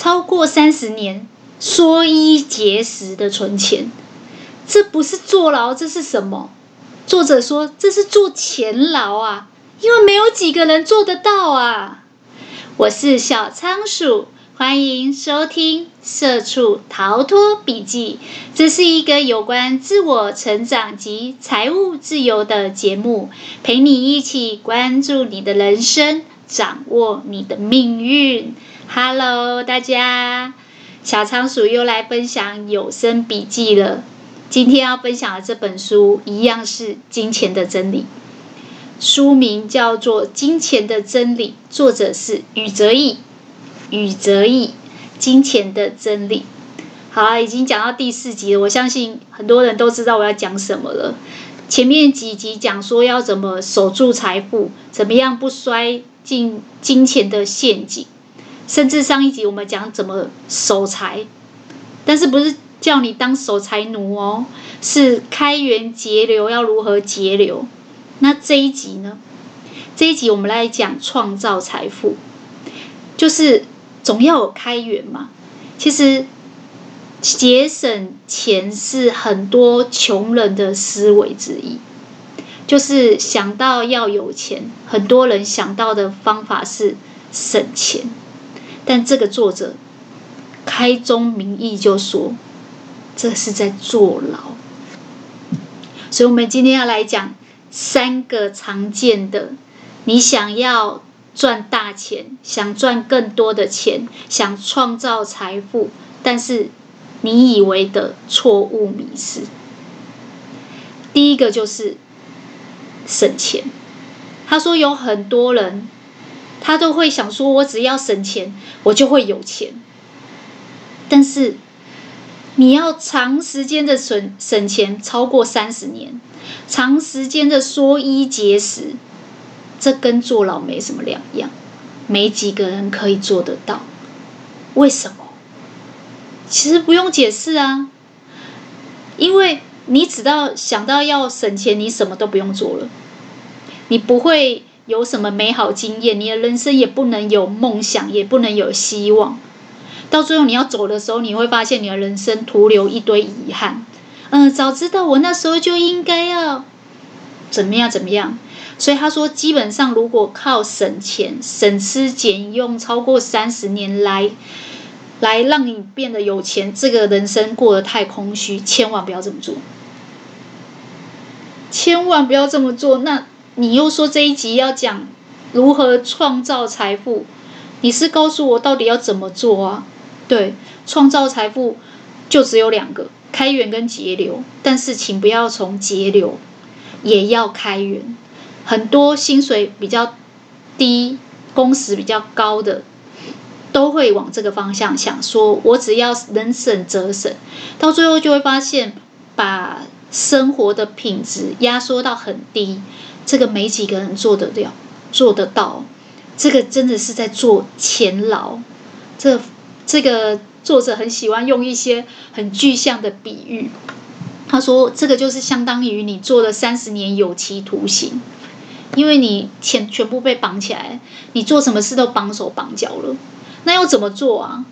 超过30年，缩衣节食的存钱，这不是坐牢，这是什么？作者说这是做钱牢啊，因为没有几个人做得到啊。我是小仓鼠，欢迎收听《社畜逃脱笔记》，这是一个有关自我成长及财务自由的节目，陪你一起关注你的人生，掌握你的命运。Hello， 大家，小仓鼠又来分享有声笔记了。今天要分享的这本书一样是金钱的真理，书名叫做《金钱的真理》，作者是宇哲义。金钱的真理。好，已经讲到第4集了，我相信很多人都知道我要讲什么了。前面几集讲说要怎么守住财富，怎么样不摔进金钱的陷阱，甚至上一集我们讲怎么守财，但是不是叫你当守财奴哦，是开源节流，要如何节流。那这一集呢？这一集我们来讲创造财富，就是总要有开源嘛。其实节省钱是很多穷人的思维之一，就是想到要有钱，很多人想到的方法是省钱，但这个作者开宗明义就说这是在坐牢。所以我们今天要来讲3个常见的，你想要赚大钱，想赚更多的钱，想创造财富，但是你以为的错误迷思。第一个就是省钱。他说有很多人他都会想说，我只要省钱我就会有钱，但是你要长时间的省钱，超过30年，长时间的缩衣节食，这跟坐牢没什么两样，没几个人可以做得到。为什么？其实不用解释啊，因为你只要想到要省钱，你什么都不用做了，你不会有什么美好经验，你的人生也不能有梦想，也不能有希望。到最后你要走的时候，你会发现你的人生徒留一堆遗憾。早知道我那时候就应该要怎么样。所以他说，基本上如果靠省钱、省吃俭用超过30年来让你变得有钱，这个人生过得太空虚，千万不要这么做。千万不要这么做。那你又说这一集要讲如何创造财富，你是告诉我到底要怎么做啊？对，创造财富就只有2个，开源跟节流。但是请不要从节流也要开源。很多薪水比较低、工时比较高的都会往这个方向想，说我只要能省则省，到最后就会发现把生活的品质压缩到很低，这个没几个人做得到。这个真的是在做钱牢。这个作者很喜欢用一些很具象的比喻，他说这个就是相当于你做了30年有期徒刑，因为你钱全部被绑起来，你做什么事都绑手绑脚了。那要怎么做啊？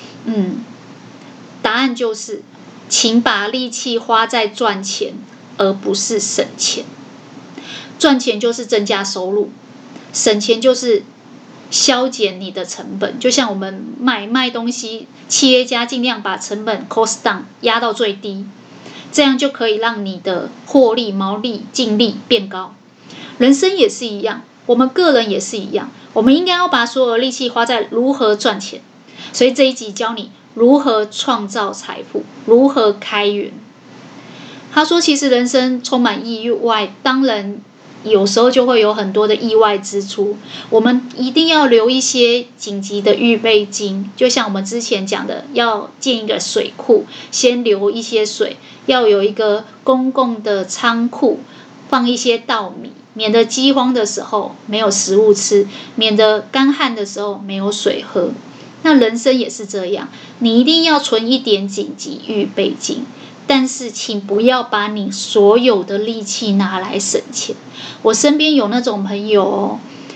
答案就是请把力气花在赚钱，而不是省钱。赚钱就是增加收入，省钱就是削减你的成本。就像我们卖东西，企业家尽量把成本 cost down 压到最低，这样就可以让你的获利、毛利、净利变高。人生也是一样，我们个人也是一样，我们应该要把所有的力气花在如何赚钱。所以这一集教你如何创造财富，如何开源。他说其实人生充满意外，当然有时候就会有很多的意外支出，我们一定要留一些紧急的预备金。就像我们之前讲的，要建一个水库，先留一些水，要有一个公共的仓库，放一些稻米，免得饥荒的时候没有食物吃，免得干旱的时候没有水喝。那人生也是这样，你一定要存一点紧急预备金，但是请不要把你所有的力气拿来省钱。我身边有那种朋友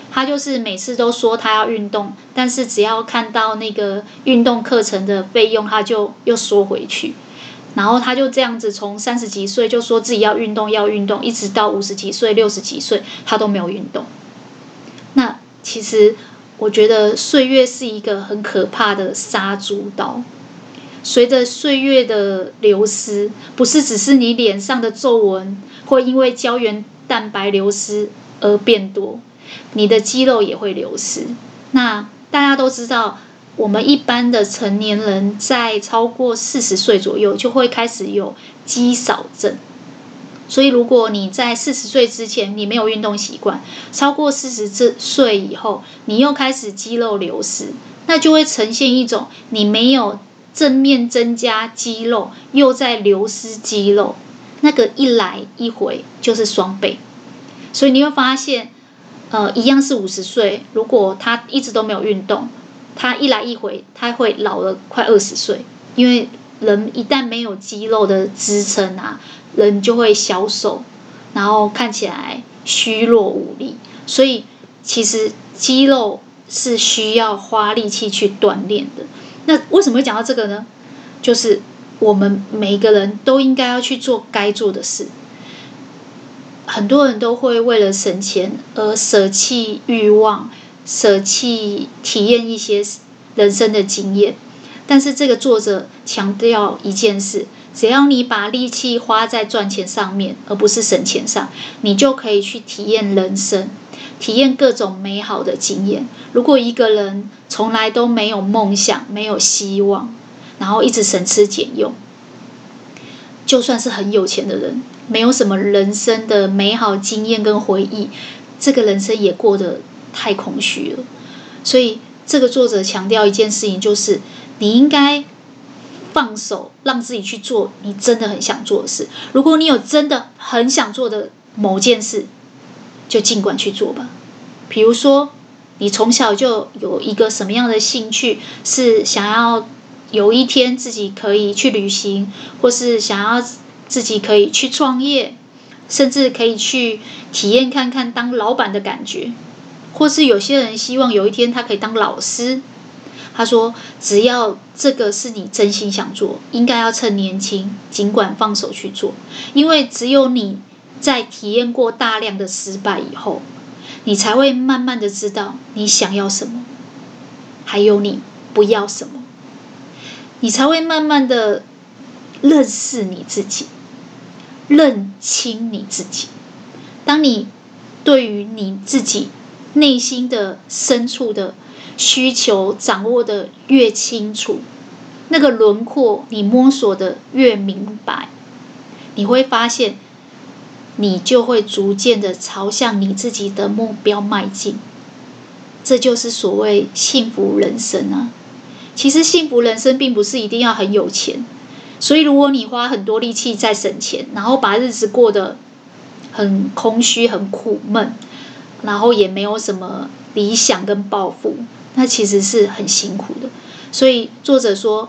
他就是每次都说他要运动，但是只要看到那个运动课程的费用，他就又缩回去。然后他就这样子从30几岁就说自己要运动，一直到50几岁、60几岁，他都没有运动。那其实我觉得岁月是一个很可怕的杀猪刀。随着岁月的流失，不是只是你脸上的皱纹会因为胶原蛋白流失而变多，你的肌肉也会流失。那大家都知道，我们一般的成年人在超过40岁左右就会开始有肌少症。所以如果你在40岁之前你没有运动习惯，超过40岁以后你又开始肌肉流失，那就会呈现一种你没有正面增加肌肉又在流失肌肉，那个一来一回就是双倍。所以你会发现一样是50岁，如果他一直都没有运动，他一来一回他会老了快20岁。因为人一旦没有肌肉的支撑啊，人就会消瘦，然后看起来虚弱无力。所以其实肌肉是需要花力气去锻炼的。那为什么会讲到这个呢？就是我们每一个人都应该要去做该做的事。很多人都会为了省钱而舍弃欲望，舍弃体验一些人生的经验。但是这个作者强调一件事，只要你把力气花在赚钱上面，而不是省钱上，你就可以去体验人生，体验各种美好的经验。如果一个人从来都没有梦想，没有希望，然后一直省吃俭用，就算是很有钱的人，没有什么人生的美好经验跟回忆，这个人生也过得太空虚了。所以这个作者强调一件事情，就是你应该放手，让自己去做你真的很想做的事。如果你有真的很想做的某件事，就尽管去做吧。比如说你从小就有一个什么样的兴趣，是想要有一天自己可以去旅行，或是想要自己可以去创业，甚至可以去体验看看当老板的感觉。或是有些人希望有一天他可以当老师，他说只要这个是你真心想做，应该要趁年轻尽管放手去做。因为只有你在体验过大量的失败以后，你才会慢慢的知道你想要什么，还有你不要什么。你才会慢慢的认识你自己，认清你自己。当你对于你自己内心的深处的需求掌握的越清楚，那个轮廓你摸索的越明白，你会发现你就会逐渐的朝向你自己的目标迈进。这就是所谓幸福人生啊。其实幸福人生并不是一定要很有钱，所以如果你花很多力气在省钱，然后把日子过得很空虚很苦闷，然后也没有什么理想跟抱负，那其实是很辛苦的。所以作者说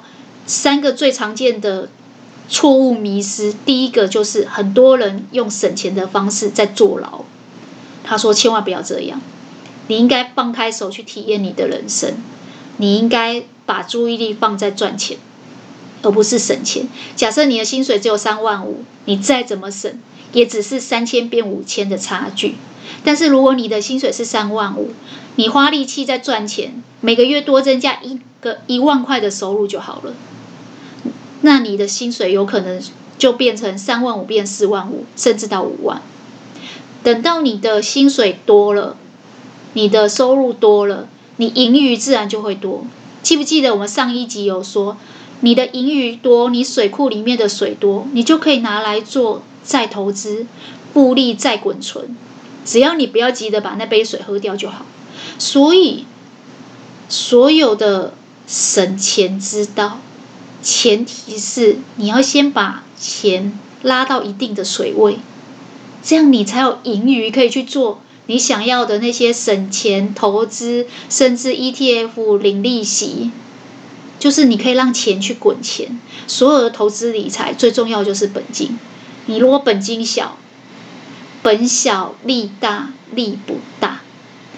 3个最常见的错误迷思，第一个就是很多人用省钱的方式在坐牢。他说千万不要这样，你应该放开手去体验你的人生，你应该把注意力放在赚钱，而不是省钱。假设你的薪水只有3万5，你再怎么省也只是3000变5000的差距。但是如果你的薪水是3万5，你花力气在赚钱，每个月多增加1万块的收入就好了，那你的薪水有可能就变成3万5变4万5，甚至到5万。等到你的薪水多了，你的收入多了，你盈余自然就会多。记不记得我们上一集有说，你的盈余多，你水库里面的水多，你就可以拿来做再投资，复利再滚存，只要你不要急着把那杯水喝掉就好。所以所有的省钱之道，前提是你要先把钱拉到一定的水位，这样你才有盈余可以去做你想要的那些省钱投资，甚至 ETF 领利息，就是你可以让钱去滚钱。所有的投资理财最重要就是本金，你如果本金小，本小利大，利不大。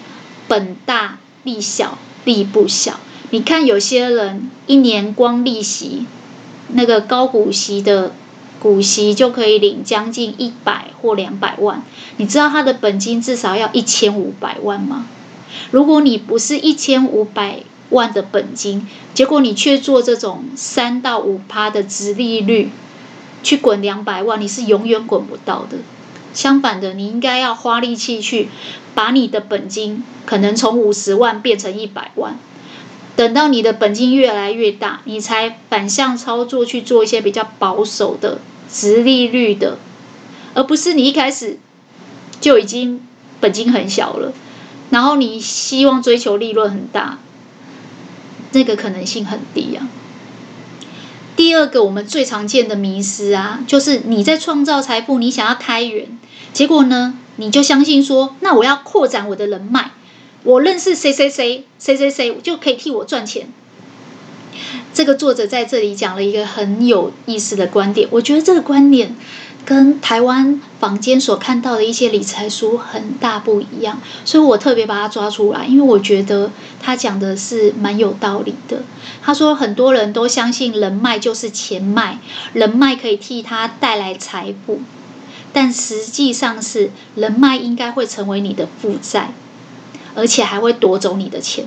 本大利小，利不小。你看有些人一年光利息，那个高股息的股息就可以领将近100或200万，你知道他的本金至少要1500万吗？如果你不是1500万的本金，结果你却做这种3到5%的殖利率，去滚200万，你是永远滚不到的。相反的，你应该要花力气去把你的本金可能从50万变成100万。等到你的本金越来越大，你才反向操作去做一些比较保守的殖利率的，而不是你一开始就已经本金很小了，然后你希望追求利润很大，那个可能性很低啊。第二个我们最常见的迷思啊，就是你在创造财富，你想要开源，结果呢，你就相信说，那我要扩展我的人脉，我认识谁就可以替我赚钱。这个作者在这里讲了一个很有意思的观点，我觉得这个观点跟台湾坊间所看到的一些理财书很大不一样，所以我特别把它抓出来，因为我觉得他讲的是蛮有道理的。他说很多人都相信人脉就是钱脉，人脉可以替他带来财富，但实际上是人脉应该会成为你的负债，而且还会夺走你的钱。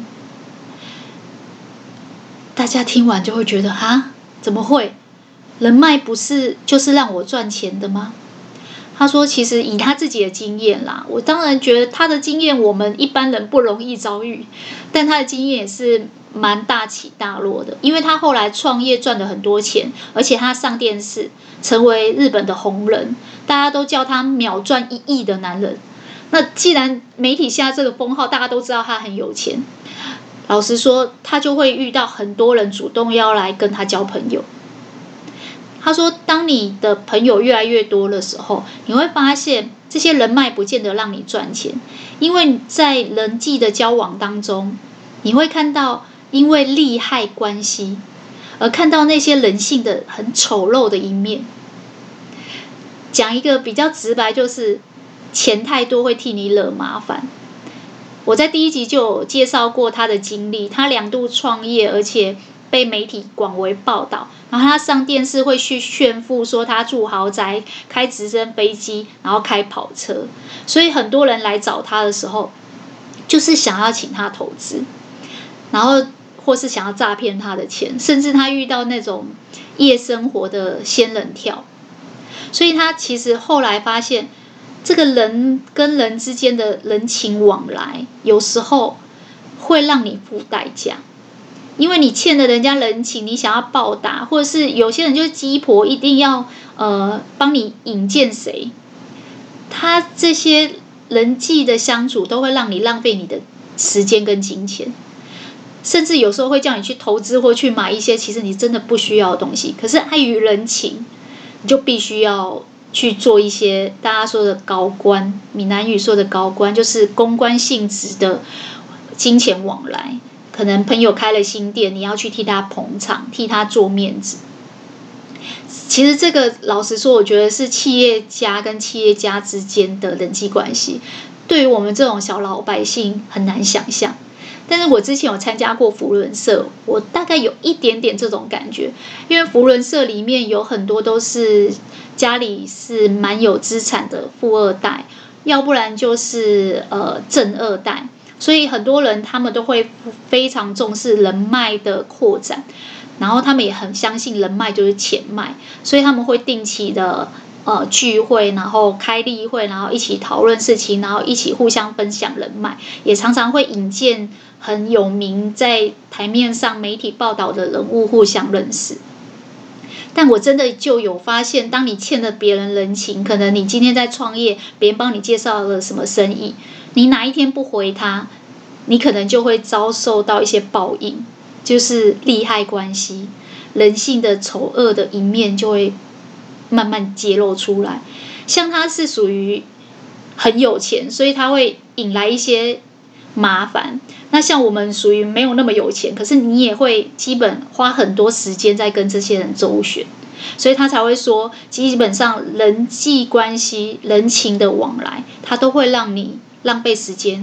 大家听完就会觉得啊，怎么会？人脉不是就是让我赚钱的吗？他说其实以他自己的经验啦，我当然觉得他的经验我们一般人不容易遭遇，但他的经验也是蛮大起大落的，因为他后来创业赚了很多钱，而且他上电视成为日本的红人，大家都叫他秒赚1亿的男人。那既然媒体下这个封号，大家都知道他很有钱，老实说他就会遇到很多人主动要来跟他交朋友。他说当你的朋友越来越多的时候，你会发现这些人脉不见得让你赚钱，因为在人际的交往当中，你会看到因为利害关系而看到那些人性的很丑陋的一面。讲一个比较直白，就是钱太多会替你惹麻烦。我在第1集就有介绍过他的经历，他2度创业，而且被媒体广为报道，然后他上电视会去炫富，说他住豪宅，开直升飞机，然后开跑车，所以很多人来找他的时候，就是想要请他投资，然后或是想要诈骗他的钱，甚至他遇到那种夜生活的仙人跳。所以他其实后来发现，这个人跟人之间的人情往来，有时候会让你付代价。因为你欠了人家人情，你想要报答，或者是有些人就是鸡婆，一定要帮你引荐谁，他这些人际的相处都会让你浪费你的时间跟金钱，甚至有时候会叫你去投资或去买一些其实你真的不需要的东西，可是碍于人情，你就必须要去做一些大家说的高官，闽南语说的高官，就是公关性质的金钱往来。可能朋友开了新店，你要去替他捧场，替他做面子。其实这个老实说，我觉得是企业家跟企业家之间的人际关系，对于我们这种小老百姓很难想象。但是我之前有参加过扶轮社，我大概有一点点这种感觉，因为扶轮社里面有很多都是家里是蛮有资产的富二代，要不然就是正二代。所以很多人他们都会非常重视人脉的扩展，然后他们也很相信人脉就是钱脉，所以他们会定期的聚会，然后开例会，然后一起讨论事情，然后一起互相分享人脉，也常常会引荐很有名在台面上媒体报道的人物互相认识。但我真的就有发现，当你欠了别人人情，可能你今天在创业，别人帮你介绍了什么生意，你哪一天不回他，你可能就会遭受到一些报应，就是利害关系，人性的丑恶的一面就会慢慢揭露出来。像他是属于很有钱，所以他会引来一些麻烦。那像我们属于没有那么有钱，可是你也会基本花很多时间在跟这些人周旋，所以他才会说，基本上人际关系、人情的往来，他都会让你浪费时间、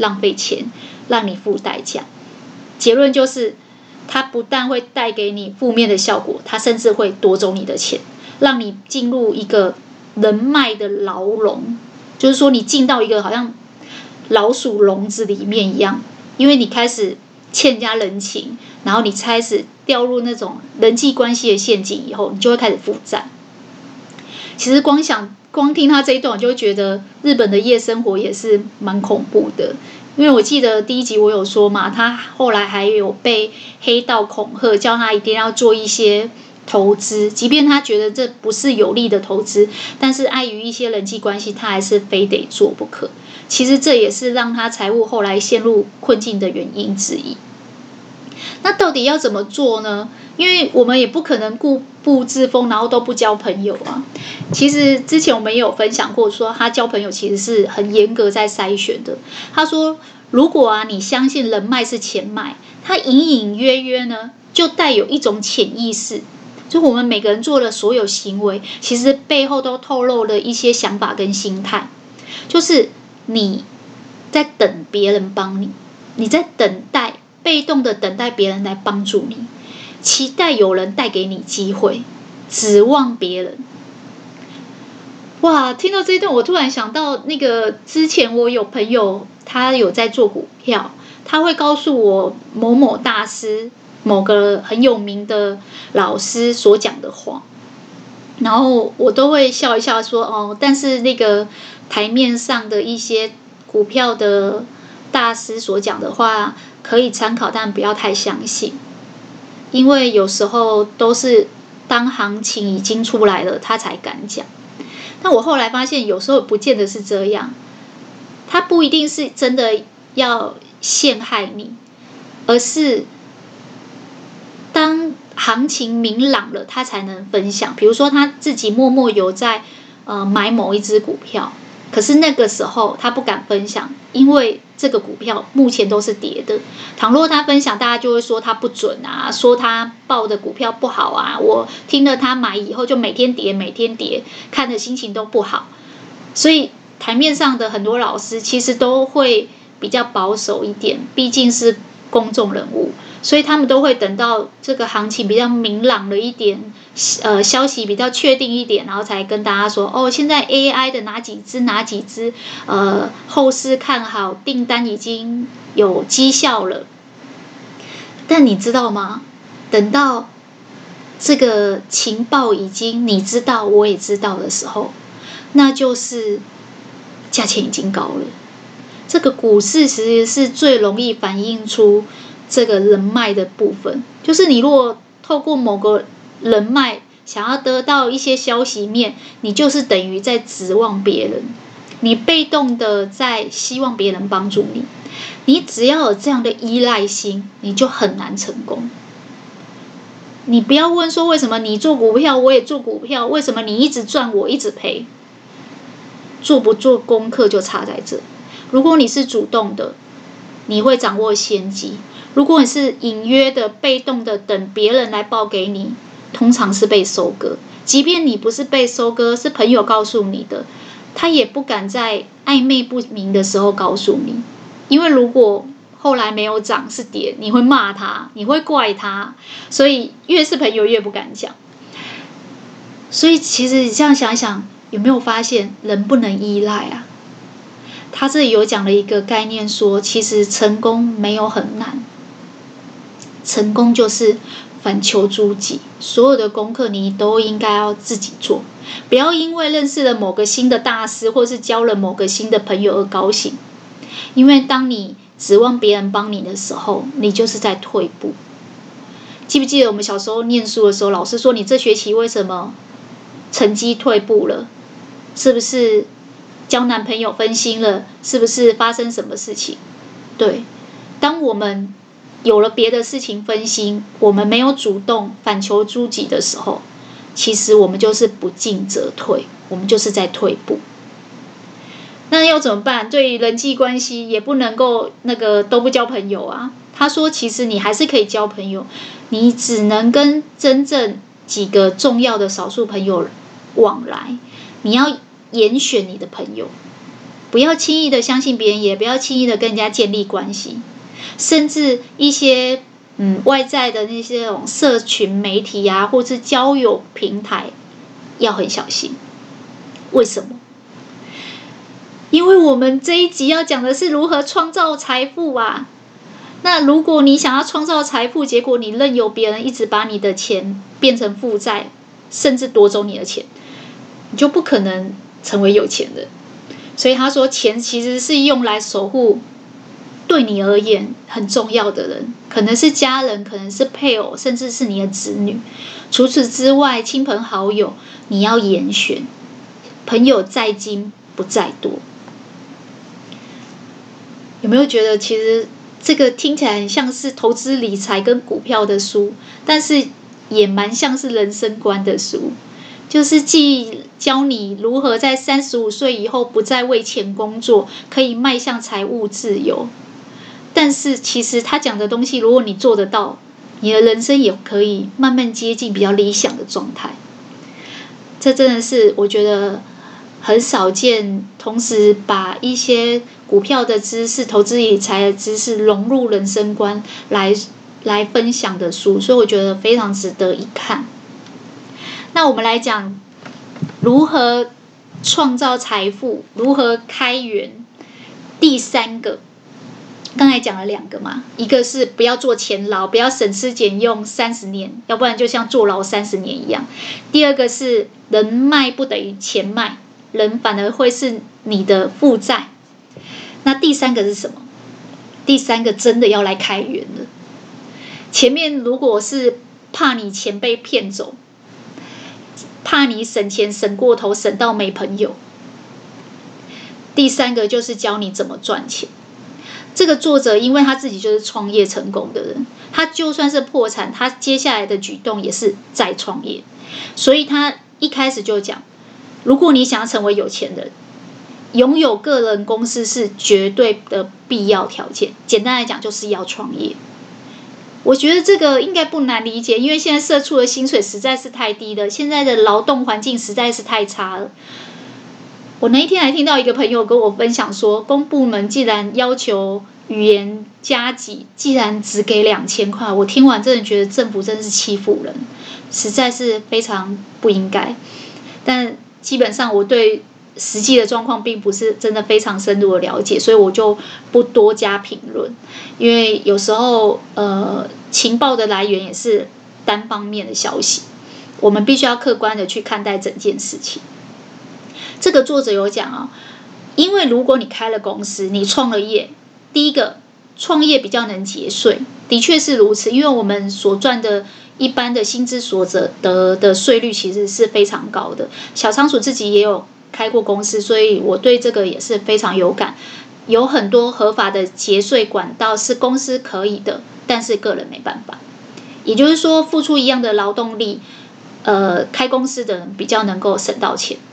浪费钱，让你付代价。结论就是，它不但会带给你负面的效果，它甚至会夺走你的钱，让你进入一个人脉的牢笼。就是说，你进到一个好像老鼠笼子里面一样，因为你开始欠人家人情，然后你开始掉入那种人际关系的陷阱以后，你就会开始负债。其实光听他这一段，我就会觉得日本的夜生活也是蛮恐怖的。因为我记得第一集我有说嘛，他后来还有被黑道恐吓，叫他一定要做一些投资，即便他觉得这不是有利的投资，但是碍于一些人际关系，他还是非得做不可。其实这也是让他财务后来陷入困境的原因之一。那到底要怎么做呢？因为我们也不可能固步自封，然后都不交朋友啊。其实之前我们也有分享过，说他交朋友其实是很严格在筛选的。他说，如果你相信人脉是钱脉，他隐隐约约呢，就带有一种潜意识，就我们每个人做的所有行为，其实背后都透露了一些想法跟心态，就是你在等别人帮你，你在等待，被动的等待别人来帮助你，期待有人带给你机会，指望别人。哇，听到这一段，我突然想到那个之前我有朋友，他有在做股票，他会告诉我某某大师、某个很有名的老师所讲的话，然后我都会笑一笑说，哦，但是那个台面上的一些股票的大师所讲的话可以参考，但不要太相信，因为有时候都是当行情已经出来了，他才敢讲。但我后来发现，有时候不见得是这样，他不一定是真的要陷害你，而是当行情明朗了，他才能分享。比如说他自己默默有在买某一只股票，可是那个时候他不敢分享，因为这个股票目前都是跌的。倘若他分享，大家就会说他不准啊，说他报的股票不好啊。我听了他买以后就每天跌，每天跌，看的心情都不好。所以台面上的很多老师其实都会比较保守一点，毕竟是公众人物，所以他们都会等到这个行情比较明朗了一点，消息比较确定一点，然后才跟大家说，哦，现在 AI 的哪几只，后市看好，订单已经有绩效了。但你知道吗？等到这个情报已经你知道，我也知道的时候，那就是价钱已经高了。这个股市其实是最容易反映出这个人脉的部分，就是你如果透过某个人脉想要得到一些消息面，你就是等于在指望别人，你被动的在希望别人帮助你。你只要有这样的依赖心，你就很难成功。你不要问说为什么你做股票我也做股票，为什么你一直赚我一直赔，做不做功课就差在这。如果你是主动的，你会掌握先机；如果你是隐约的、被动的，等别人来报给你，通常是被收割。即便你不是被收割，是朋友告诉你的，他也不敢在暧昧不明的时候告诉你，因为如果后来没有涨是跌，你会骂他，你会怪他，所以越是朋友越不敢讲。所以其实你这样想一想，有没有发现人不能依赖啊？他这里有讲了一个概念说，其实成功没有很难，成功就是反求诸己，所有的功课你都应该要自己做，不要因为认识了某个新的大师或是交了某个新的朋友而高兴，因为当你指望别人帮你的时候，你就是在退步。记不记得我们小时候念书的时候，老师说你这学期为什么成绩退步了？是不是交男朋友分心了？是不是发生什么事情？对，当我们有了别的事情分心，我们没有主动反求诸己的时候，其实我们就是不进则退，我们就是在退步。那要怎么办？对于人际关系也不能够都不交朋友啊。他说其实你还是可以交朋友，你只能跟真正几个重要的少数朋友往来，你要严选你的朋友。 不要轻易的相信别人，也不要轻易的跟人家建立关系，甚至一些外在的那些种社群媒体啊，或是交友平台，要很小心。为什么？因为我们这一集要讲的是如何创造财富啊。那如果你想要创造财富，结果你任由别人一直把你的钱变成负债，甚至夺走你的钱，你就不可能成为有钱人。所以他说，钱其实是用来守护对你而言很重要的人，可能是家人，可能是配偶，甚至是你的子女。除此之外，亲朋好友你要严选，朋友在精不在多。有没有觉得其实这个听起来很像是投资理财跟股票的书，但是也蛮像是人生观的书，就是既教你如何在35岁以后不再为钱工作，可以迈向财务自由。但是其实他讲的东西，如果你做得到，你的人生也可以慢慢接近比较理想的状态。这真的是我觉得很少见，同时把一些股票的知识、投资理财的知识融入人生观来分享的书，所以我觉得非常值得一看。那我们来讲如何创造财富，如何开源。第3个，刚才讲了2个嘛，一个是不要做钱牢，不要省吃俭用30年，要不然就像坐牢30年一样。第2个是人脉不等于钱脉，人反而会是你的负债。那第3个是什么？第3个真的要来开源了。前面如果是怕你钱被骗走，怕你省钱省过头，省到没朋友。第3个就是教你怎么赚钱。这个作者因为他自己就是创业成功的人，他就算是破产，他接下来的举动也是再创业。所以他一开始就讲，如果你想要成为有钱人，拥有个人公司是绝对的必要条件。简单来讲，就是要创业。我觉得这个应该不难理解，因为现在社畜的薪水实在是太低了，现在的劳动环境实在是太差了。我那一天还听到一个朋友跟我分享说，公部门既然要求语言加给，既然只给2000块，我听完真的觉得政府真的是欺负人，实在是非常不应该。但基本上我对实际的状况并不是真的非常深入的了解，所以我就不多加评论。因为有时候情报的来源也是单方面的消息，我们必须要客观的去看待整件事情。这个作者有讲因为如果你开了公司，你创了业，第一个创业比较能节税，的确是如此，因为我们所赚的一般的薪资所得的税率其实是非常高的。小仓鼠自己也有开过公司，所以我对这个也是非常有感。有很多合法的节税管道是公司可以的，但是个人没办法。也就是说，付出一样的劳动力，开公司的人比较能够省到钱。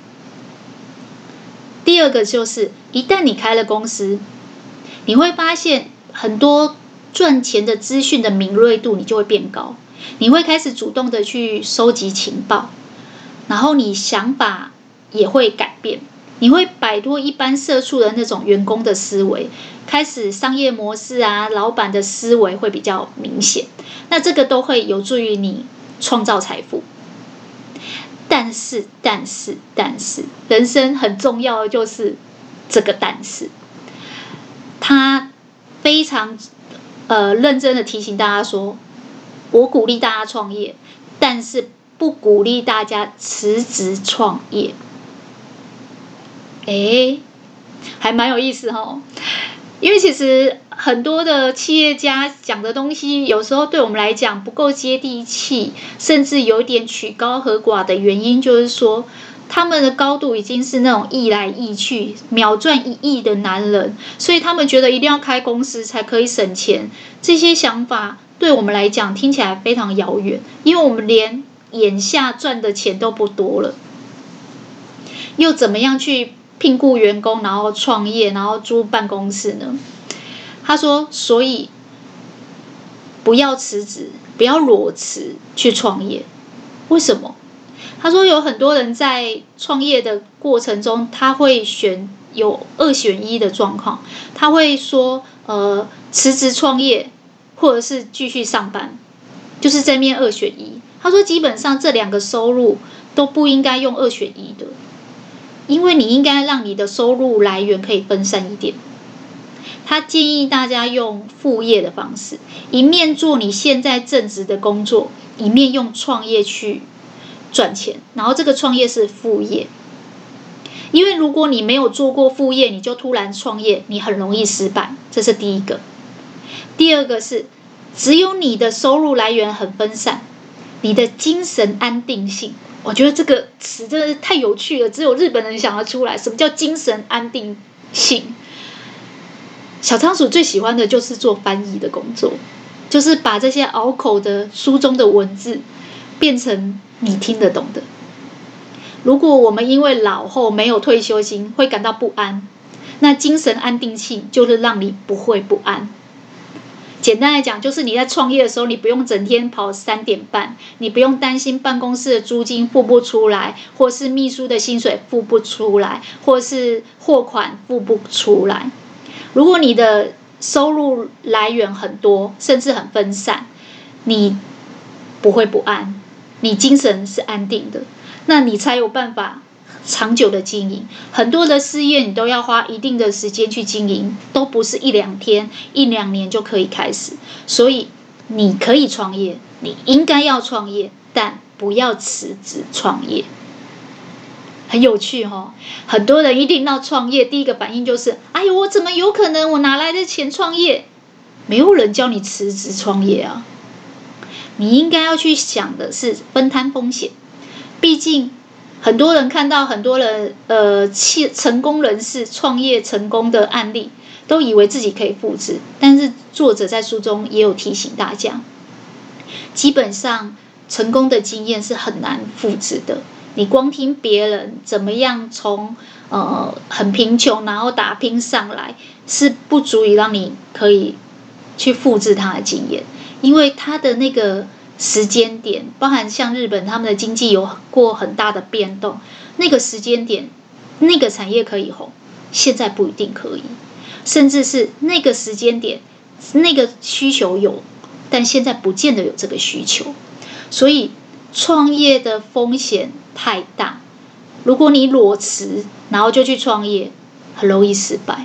第2个就是，一旦你开了公司，你会发现很多赚钱的资讯的敏锐度你就会变高，你会开始主动的去收集情报，然后你想法也会改变，你会摆脱一般社畜的那种员工的思维，开始商业模式啊，老板的思维会比较明显，那这个都会有助于你创造财富。但是，人生很重要的就是这个但是，他非常认真的提醒大家说，我鼓励大家创业，但是不鼓励大家辞职创业。还蛮有意思因为其实很多的企业家讲的东西，有时候对我们来讲不够接地气，甚至有点曲高和寡的原因，就是说他们的高度已经是那种亿来亿去，秒赚1亿的男人，所以他们觉得一定要开公司才可以省钱。这些想法对我们来讲听起来非常遥远，因为我们连眼下赚的钱都不多了，又怎么样去聘雇员工，然后创业，然后租办公室呢？他说，所以不要辞职，不要裸辞去创业。为什么？他说有很多人在创业的过程中，他会选有二选一的状况，他会说辞职创业或者是继续上班，就是这面二选一。他说基本上这2个收入都不应该用二选一的，因为你应该让你的收入来源可以分散一点。他建议大家用副业的方式，一面做你现在正职的工作，一面用创业去赚钱，然后这个创业是副业。因为如果你没有做过副业，你就突然创业，你很容易失败，这是第一个。第二个是，只有你的收入来源很分散，你的精神安定性，我觉得这个词真的是太有趣了，只有日本人想得出来。什么叫精神安定性？小仓鼠最喜欢的就是做翻译的工作，就是把这些拗口的书中的文字变成你听得懂的。如果我们因为老后没有退休金会感到不安，那精神安定性就是让你不会不安。简单来讲，就是你在创业的时候，你不用整天跑3点半，你不用担心办公室的租金付不出来，或是秘书的薪水付不出来，或是货款付不出来。如果你的收入来源很多，甚至很分散，你不会不安，你精神是安定的，那你才有办法长久的经营。很多的事业你都要花一定的时间去经营，都不是1、2天、1、2年就可以开始。所以你可以创业，你应该要创业，但不要辞职创业。很有趣哦，很多人一听到创业，第一个反应就是哎呦，我怎么有可能，我哪来的钱创业？没有人教你辞职创业啊。你应该要去想的是分摊风险。毕竟很多人看到很多人成功人士创业成功的案例，都以为自己可以复制，但是作者在书中也有提醒大家，基本上成功的经验是很难复制的。你光听别人怎么样从很贫穷然后打拼上来，是不足以让你可以去复制他的经验。因为他的那个时间点，包含像日本他们的经济有过很大的变动，那个时间点那个产业可以红，现在不一定可以，甚至是那个时间点那个需求有，但现在不见得有这个需求。所以创业的风险太大，如果你裸辞然后就去创业，很容易失败。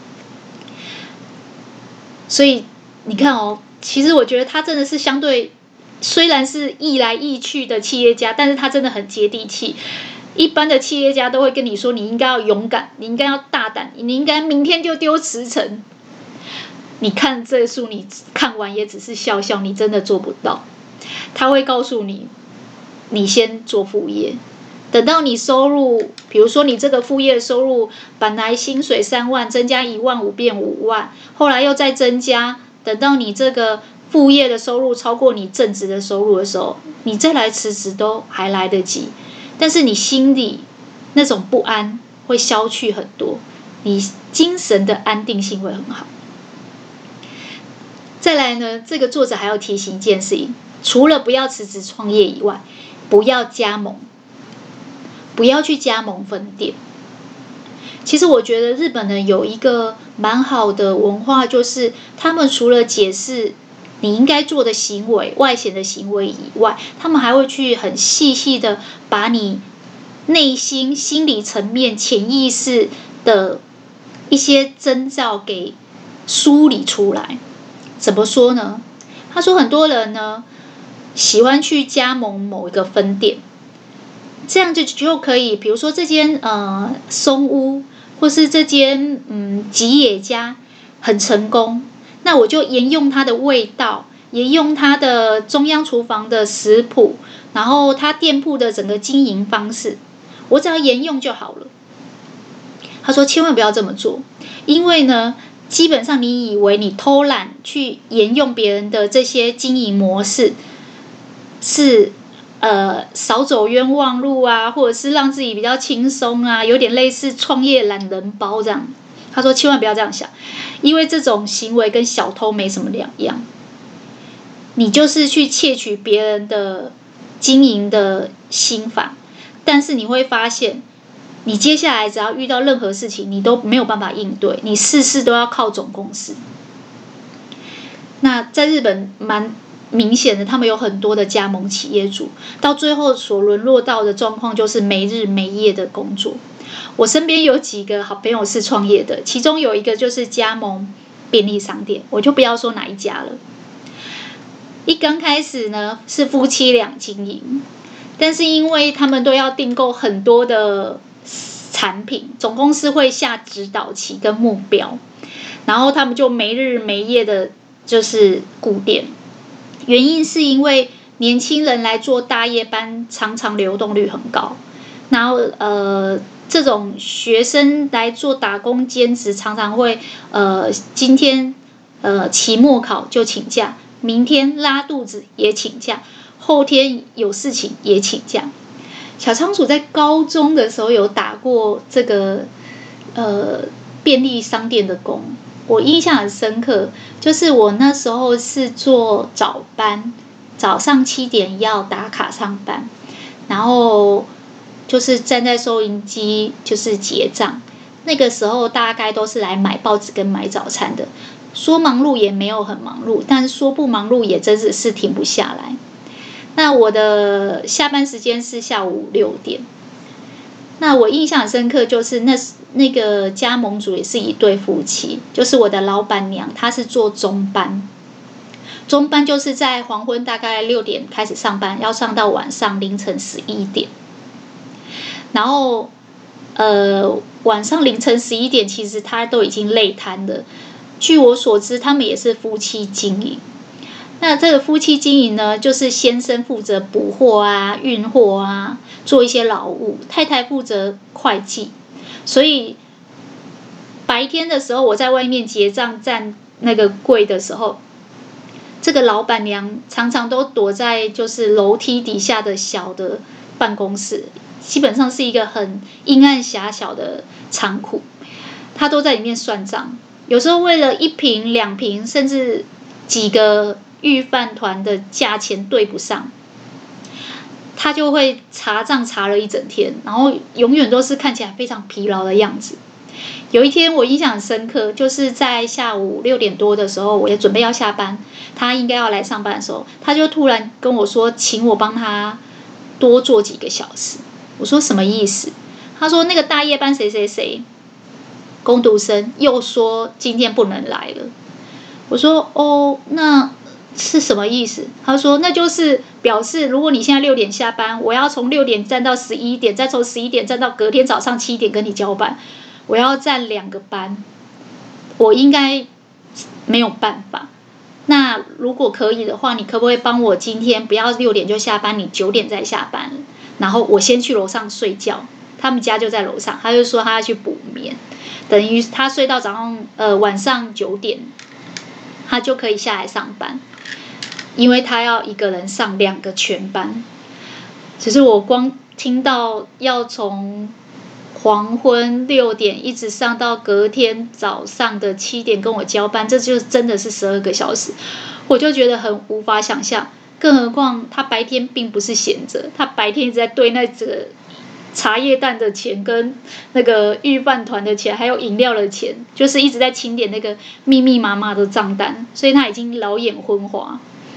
所以你看哦，其实我觉得他真的是相对，虽然是易来易去的企业家，但是他真的很接地气。一般的企业家都会跟你说，你应该要勇敢，你应该要大胆，你应该明天就丢辞呈。你看这书，你看完也只是笑笑，你真的做不到。他会告诉你，你先做副业，等到你收入，比如说你这个副业的收入本来薪水3万，增加1万5变5万，后来又再增加，等到你这个副业的收入超过你正职的收入的时候，你再来辞职都还来得及。但是你心里那种不安会消去很多，你精神的安定性会很好。再来呢，这个作者还要提醒一件事情，除了不要辞职创业以外，不要加盟，不要去加盟分店。其实我觉得日本人有一个蛮好的文化，就是他们除了解释你应该做的行为、外显的行为以外，他们还会去很细细的把你内心、心理层面、潜意识的一些征兆给梳理出来。怎么说呢？他说很多人呢喜欢去加盟某一个分店，这样就可以，比如说这间松屋或是这间吉野家很成功，那我就沿用它的味道，沿用它的中央厨房的食谱，然后它店铺的整个经营方式，我只要沿用就好了。他说千万不要这么做，因为呢基本上你以为你偷懒去沿用别人的这些经营模式是少走冤枉路啊，或者是让自己比较轻松啊，有点类似创业懒人包这样。他说千万不要这样想，因为这种行为跟小偷没什么两样，你就是去窃取别人的经营的心法，但是你会发现你接下来只要遇到任何事情，你都没有办法应对，你事事都要靠总公司。那在日本蛮明显的，他们有很多的加盟企业主，到最后所沦落到的状况就是没日没夜的工作。我身边有几个好朋友是创业的，其中有一个就是加盟便利商店，我就不要说哪一家了。一刚开始呢是夫妻俩经营，但是因为他们都要订购很多的产品，总公司会下指导期跟目标，然后他们就没日没夜的就是顾店。原因是因为年轻人来做大夜班，常常流动率很高，然后这种学生来做打工兼职，常常会今天期末考就请假，明天拉肚子也请假，后天有事情也请假。小仓鼠在高中的时候有打过这个便利商店的工，我印象很深刻，就是我那时候是做早班，早上7点要打卡上班，然后就是站在收银机就是结账。那个时候大概都是来买报纸跟买早餐的，说忙碌也没有很忙碌，但是说不忙碌也真的是停不下来。那我的下班时间是下午6点。那我印象很深刻，就是那个加盟主也是一对夫妻，就是我的老板娘，她是做中班，中班就是在黄昏大概6点开始上班，要上到晚上凌晨11点。然后晚上凌晨11点，其实她都已经累瘫了。据我所知，他们也是夫妻经营。那这个夫妻经营呢，就是先生负责补货啊、运货啊，做一些劳务，太太负责会计。所以白天的时候，我在外面结账站那个柜的时候，这个老板娘常常都躲在就是楼梯底下的小的办公室，基本上是一个很阴暗狭小的仓库，她都在里面算账。有时候为了1瓶2瓶，甚至几个御饭团的价钱对不上，他就会查账查了一整天，然后永远都是看起来非常疲劳的样子。有一天我印象很深刻，就是在下午6点多的时候，我也准备要下班，他应该要来上班的时候，他就突然跟我说请我帮他多做几个小时。我说什么意思？他说那个大夜班谁谁谁工读生又说今天不能来了。我说哦，那是什么意思？他说那就是表示如果你现在6点下班，我要从6点站到11点，再从11点站到隔天早上7点跟你交班，我要站2个班，我应该没有办法。那如果可以的话，你可不可以帮我今天不要6点就下班，你9点再下班，然后我先去楼上睡觉，他们家就在楼上。他就说他要去补眠，等于他睡到晚上9点，他就可以下来上班，因为他要一个人上2个全班。只是我光听到要从黄昏6点一直上到隔天早上的7点跟我交班，这就真的是12个小时，我就觉得很无法想象。更何况他白天并不是闲着，他白天一直在对那个茶叶蛋的钱跟那个御饭团的钱还有饮料的钱，就是一直在清点那个密密麻麻的账单，所以他已经老眼昏花。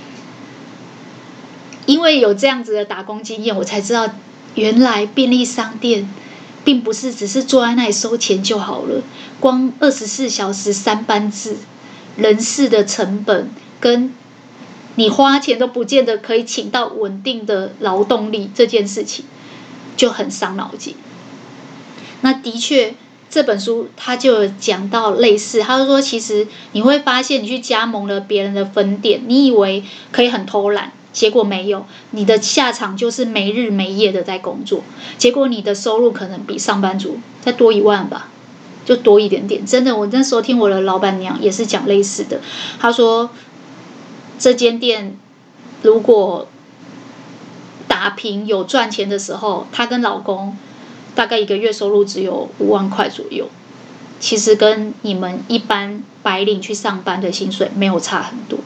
因为有这样子的打工经验，我才知道原来便利商店并不是只是坐在那里收钱就好了，光24小时3班制，人事的成本跟你花钱都不见得可以请到稳定的劳动力，这件事情就很伤脑筋。那的确这本书他就有讲到类似，他就说其实你会发现你去加盟了别人的分店，你以为可以很偷懒，结果没有，你的下场就是没日没夜的在工作，结果你的收入可能比上班族再多1万吧，就多一点点。真的，我那时候听我的老板娘也是讲类似的，她说这间店如果打平有赚钱的时候，她跟老公大概1个月收入只有5万块左右，其实跟你们一般白领去上班的薪水没有差很多。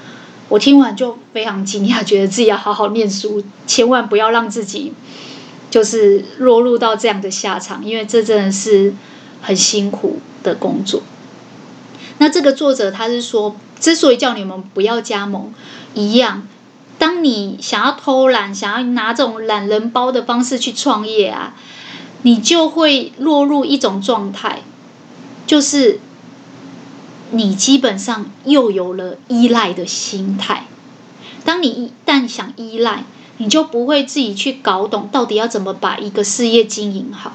我听完就非常惊讶，觉得自己要好好念书，千万不要让自己就是落入到这样的下场，因为这真的是很辛苦的工作。那这个作者他是说，之所以叫你们不要加盟，一样，当你想要偷懒，想要拿这种懒人包的方式去创业啊，你就会落入一种状态，就是你基本上又有了依赖的心态。当你一旦想依赖，你就不会自己去搞懂到底要怎么把一个事业经营好。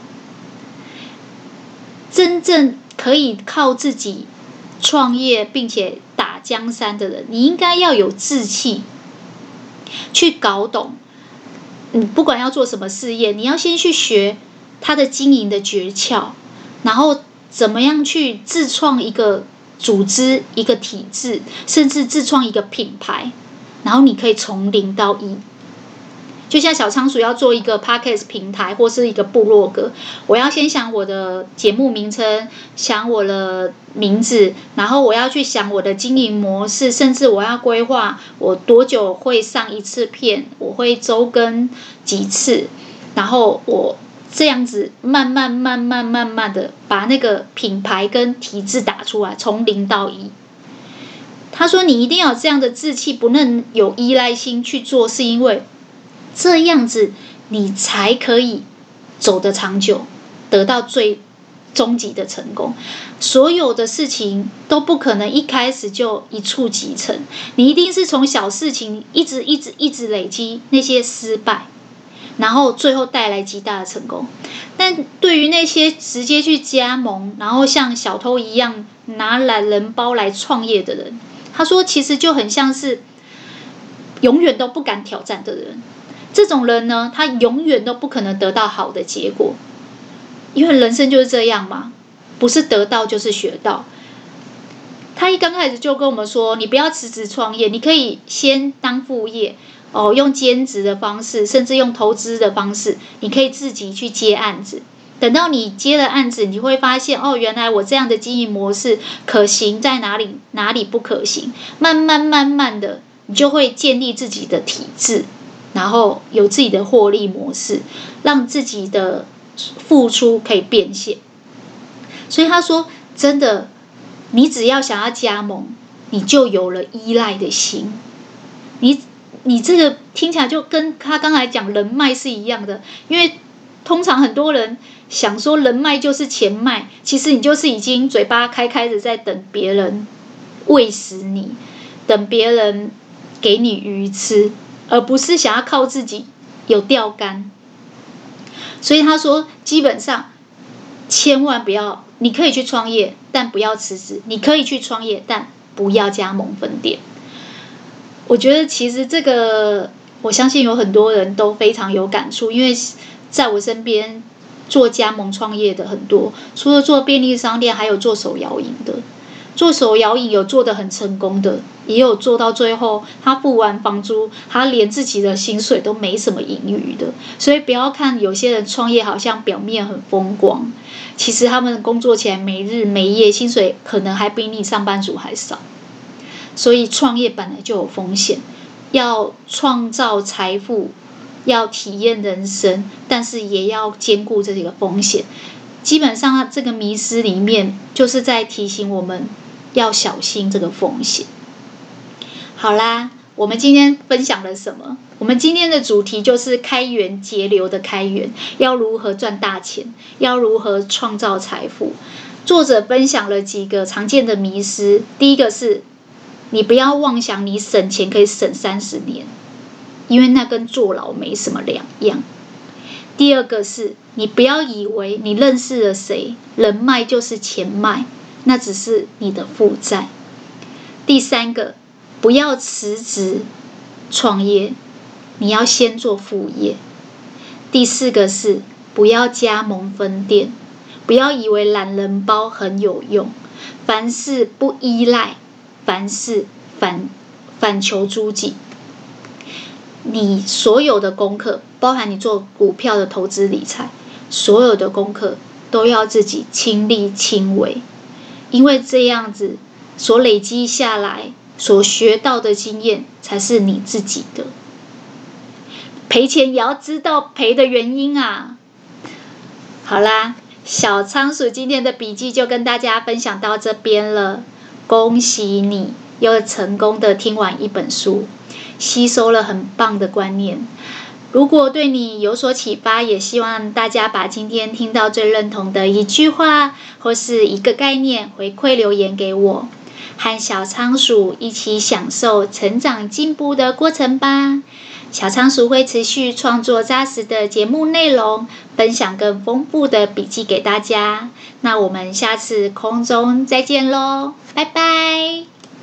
真正可以靠自己创业并且打江山的人，你应该要有志气去搞懂，不管要做什么事业，你要先去学它的经营的诀窍，然后怎么样去自创一个组织、一个体制，甚至自创一个品牌，然后你可以从0到1。就像小仓鼠要做一个 podcast 平台或是一个部落格，我要先想我的节目名称，想我的名字，然后我要去想我的经营模式，甚至我要规划我多久会上一次片，我会周更几次，然后我这样子慢慢的把那个品牌跟体制打出来，从0到1。他说你一定要有这样的志气，不能有依赖心去做，是因为这样子你才可以走得长久，得到最终极的成功。所有的事情都不可能一开始就一触即成，你一定是从小事情一直累积那些失败，然后最后带来极大的成功。但对于那些直接去加盟，然后像小偷一样拿懒人包来创业的人，他说其实就很像是永远都不敢挑战的人。这种人呢，他永远都不可能得到好的结果，因为人生就是这样嘛，不是得到就是学到。他一刚开始就跟我们说，你不要辞职创业，你可以先当副业，用兼职的方式，甚至用投资的方式，你可以自己去接案子。等到你接了案子，你会发现原来我这样的经营模式可行在哪里，哪里不可行。慢慢的，你就会建立自己的体制，然后有自己的获利模式，让自己的付出可以变现。所以他说，真的，你只要想要加盟，你就有了依赖的心。你这个听起来就跟他刚才讲人脉是一样的，因为通常很多人想说人脉就是钱脉，其实你就是已经嘴巴开的在等别人喂食你，等别人给你鱼吃，而不是想要靠自己有钓竿。所以他说基本上千万不要，你可以去创业但不要辞职，你可以去创业但不要加盟分店。我觉得其实这个我相信有很多人都非常有感触，因为在我身边做加盟创业的很多，除了做便利商店，还有做手摇饮的。做手摇饮有做得很成功的，也有做到最后他付完房租，他连自己的薪水都没什么盈余的。所以不要看有些人创业好像表面很风光，其实他们工作起来没日没夜，薪水可能还比你上班族还少。所以创业本来就有风险，要创造财富，要体验人生，但是也要兼顾这个风险。基本上这个迷思里面就是在提醒我们要小心这个风险。好啦，我们今天分享了什么？我们今天的主题就是开源节流的开源，要如何赚大钱，要如何创造财富。作者分享了几个常见的迷思。第一个是你不要妄想你省钱可以省30年，因为那跟坐牢没什么两样。第二个是你不要以为你认识了谁，人脉就是钱脉，那只是你的负债。第三个，不要辞职创业，你要先做副业。第四个是不要加盟分店，不要以为懒人包很有用，凡事不依赖，凡事反求诸己。你所有的功课，包含你做股票的投资理财，所有的功课都要自己亲力亲为，因为这样子所累积下来所学到的经验才是你自己的。 赔钱也要知道赔的原因啊。好啦，小仓鼠今天的笔记就跟大家分享到这边了。恭喜你又成功的听完一本书，吸收了很棒的观念。如果对你有所启发，也希望大家把今天听到最认同的一句话或是一个概念回馈留言给我，和小仓鼠一起享受成长进步的过程吧。小仓鼠会持续创作扎实的节目内容，分享更丰富的笔记给大家。那我们下次空中再见咯，拜拜。